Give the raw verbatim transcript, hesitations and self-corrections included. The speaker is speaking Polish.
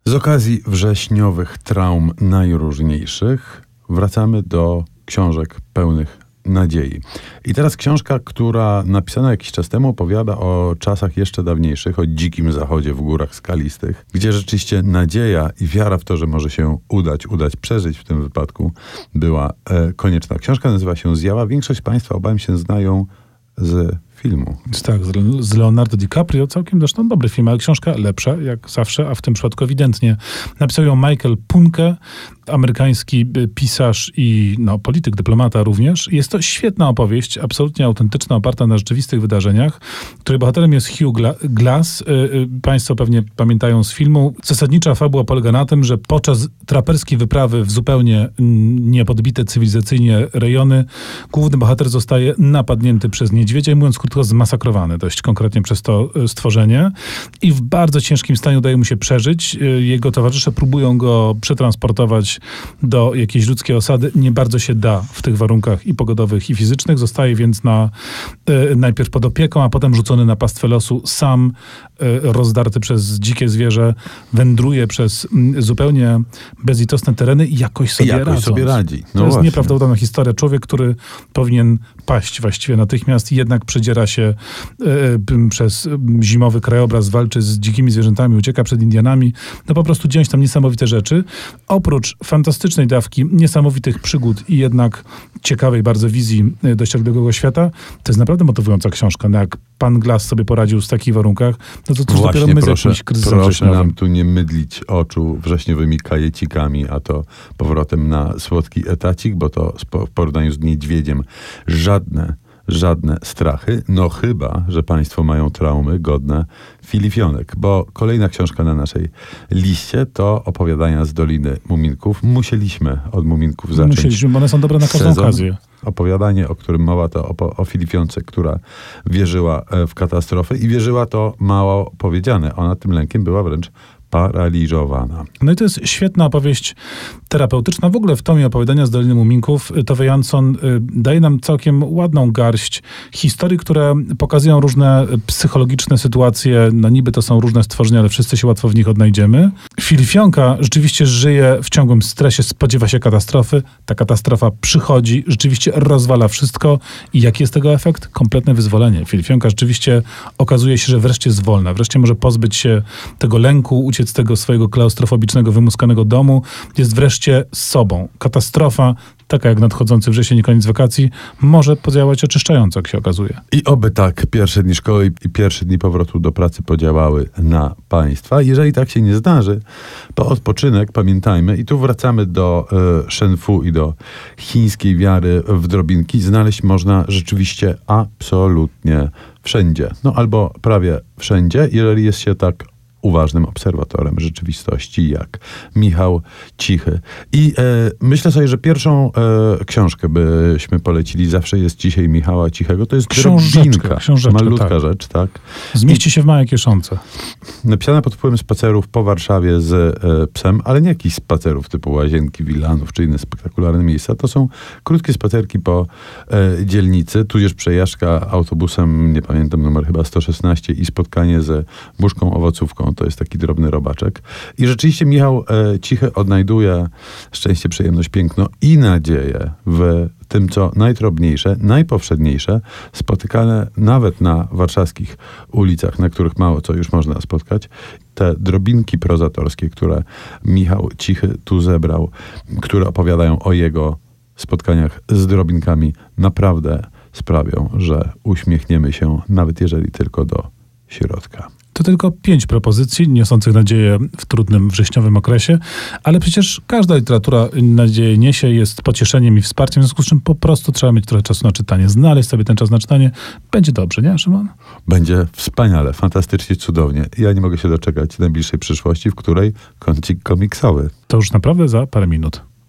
Z okazji wrześniowych traum najróżniejszych wracamy do książek pełnych nadziei. I teraz książka, która napisana jakiś czas temu, opowiada o czasach jeszcze dawniejszych, o dzikim zachodzie w górach skalistych, gdzie rzeczywiście nadzieja i wiara w to, że może się udać, udać przeżyć w tym wypadku, była e, konieczna. Książka nazywa się Zjawa. Większość z Państwa, obawiam się, znają z filmu. Tak, z Leonardo DiCaprio, całkiem zresztą dobry film, ale książka lepsza, jak zawsze, a w tym przypadku ewidentnie. Napisał ją Michael Punke, amerykański pisarz i no, polityk, dyplomata również. Jest to świetna opowieść, absolutnie autentyczna, oparta na rzeczywistych wydarzeniach, której bohaterem jest Hugh Gla- Glass. Państwo pewnie pamiętają z filmu. Zasadnicza fabuła polega na tym, że podczas traperskiej wyprawy w zupełnie niepodbite cywilizacyjnie rejony główny bohater zostaje napadnięty przez niedźwiedzia i mówiąc krótko zmasakrowany dość konkretnie przez to stworzenie i w bardzo ciężkim stanie udaje mu się przeżyć. Jego towarzysze próbują go przetransportować do jakiejś ludzkiej osady. Nie bardzo się da w tych warunkach i pogodowych, i fizycznych. Zostaje więc na, e, najpierw pod opieką, a potem rzucony na pastwę losu. Sam e, rozdarty przez dzikie zwierzę wędruje przez m, zupełnie bezlitosne tereny i jakoś sobie jakoś radząc. sobie radzi. No to jest właśnie. nieprawdopodobna historia. Człowiek, który powinien paść właściwie natychmiast, jednak przedziera się e, przez zimowy krajobraz, walczy z dzikimi zwierzętami, ucieka przed Indianami. No po prostu dzieją się tam niesamowite rzeczy. Oprócz fantastycznej dawki niesamowitych przygód i jednak ciekawej bardzo wizji dość odległego świata, to jest naprawdę motywująca książka. No jak pan Glass sobie poradził w takich warunkach, no to cóż dopiero my z jakimś kryzysem proszę wrześniowym. nam tu nie mydlić oczu wrześniowymi kajecikami, a to powrotem na słodki etacik, bo to w porównaniu z niedźwiedziem żadne żadne strachy, no chyba, że państwo mają traumy godne filifionek, bo kolejna książka na naszej liście to opowiadania z Doliny Muminków. Musieliśmy od Muminków zacząć. Musieliśmy, bo one są dobre na każdą sezon. okazję. Opowiadanie, o którym mowa, to o, o filifionce, która wierzyła w katastrofę i wierzyła to mało powiedziane. Ona tym lękiem była wręcz paraliżowana. No i to jest świetna opowieść terapeutyczna. W ogóle w tomie opowiadania z Doliny Muminków Tove Jansson y, daje nam całkiem ładną garść historii, które pokazują różne psychologiczne sytuacje. No niby to są różne stworzenia, ale wszyscy się łatwo w nich odnajdziemy. Filifionka rzeczywiście żyje w ciągłym stresie, spodziewa się katastrofy. Ta katastrofa przychodzi, rzeczywiście rozwala wszystko. I jaki jest tego efekt? Kompletne wyzwolenie. Filifionka rzeczywiście okazuje się, że wreszcie jest wolna. Wreszcie może pozbyć się tego lęku, uciec z tego swojego klaustrofobicznego, wymuskanego domu. Jest wreszcie z sobą. Katastrofa, taka jak nadchodzący wrzesień i koniec wakacji, może podziałać oczyszczająco, jak się okazuje. I oby tak pierwsze dni szkoły i pierwsze dni powrotu do pracy podziałały na państwa. Jeżeli tak się nie zdarzy, to odpoczynek, pamiętajmy, i tu wracamy do e, Shen Fu i do chińskiej wiary w drobinki, znaleźć można rzeczywiście absolutnie wszędzie. No albo prawie wszędzie, jeżeli jest się tak uważnym obserwatorem rzeczywistości, jak Michał Cichy. I e, myślę sobie, że pierwszą e, książkę byśmy polecili, zawsze jest dzisiaj Michała Cichego, to jest Drobinka. Książeczka, Malutka tak. rzecz, tak? Zmieści się w małej kieszonce. Napisana pod wpływem spacerów po Warszawie z e, psem, ale nie jakichś spacerów typu Łazienki, Wilanów, czy inne spektakularne miejsca. To są krótkie spacerki po e, dzielnicy, tudzież przejażdżka autobusem, nie pamiętam, numer chyba sto szesnaście i spotkanie ze buszką owocówką. To jest taki drobny robaczek. I rzeczywiście Michał e, Cichy odnajduje szczęście, przyjemność, piękno i nadzieję w tym, co najdrobniejsze, najpowszedniejsze, spotykane nawet na warszawskich ulicach, na których mało co już można spotkać. Te drobinki prozatorskie, które Michał Cichy tu zebrał, które opowiadają o jego spotkaniach z drobinkami, naprawdę sprawią, że uśmiechniemy się, nawet jeżeli tylko do środka. To tylko pięć propozycji niosących nadzieję w trudnym wrześniowym okresie, ale przecież każda literatura nadzieję niesie, jest pocieszeniem i wsparciem, w związku z czym po prostu trzeba mieć trochę czasu na czytanie. Znaleźć sobie ten czas na czytanie. Będzie dobrze, nie, Szymon? Będzie wspaniale, fantastycznie, cudownie. Ja nie mogę się doczekać najbliższej przyszłości, w której kącik komiksowy. To już naprawdę za parę minut.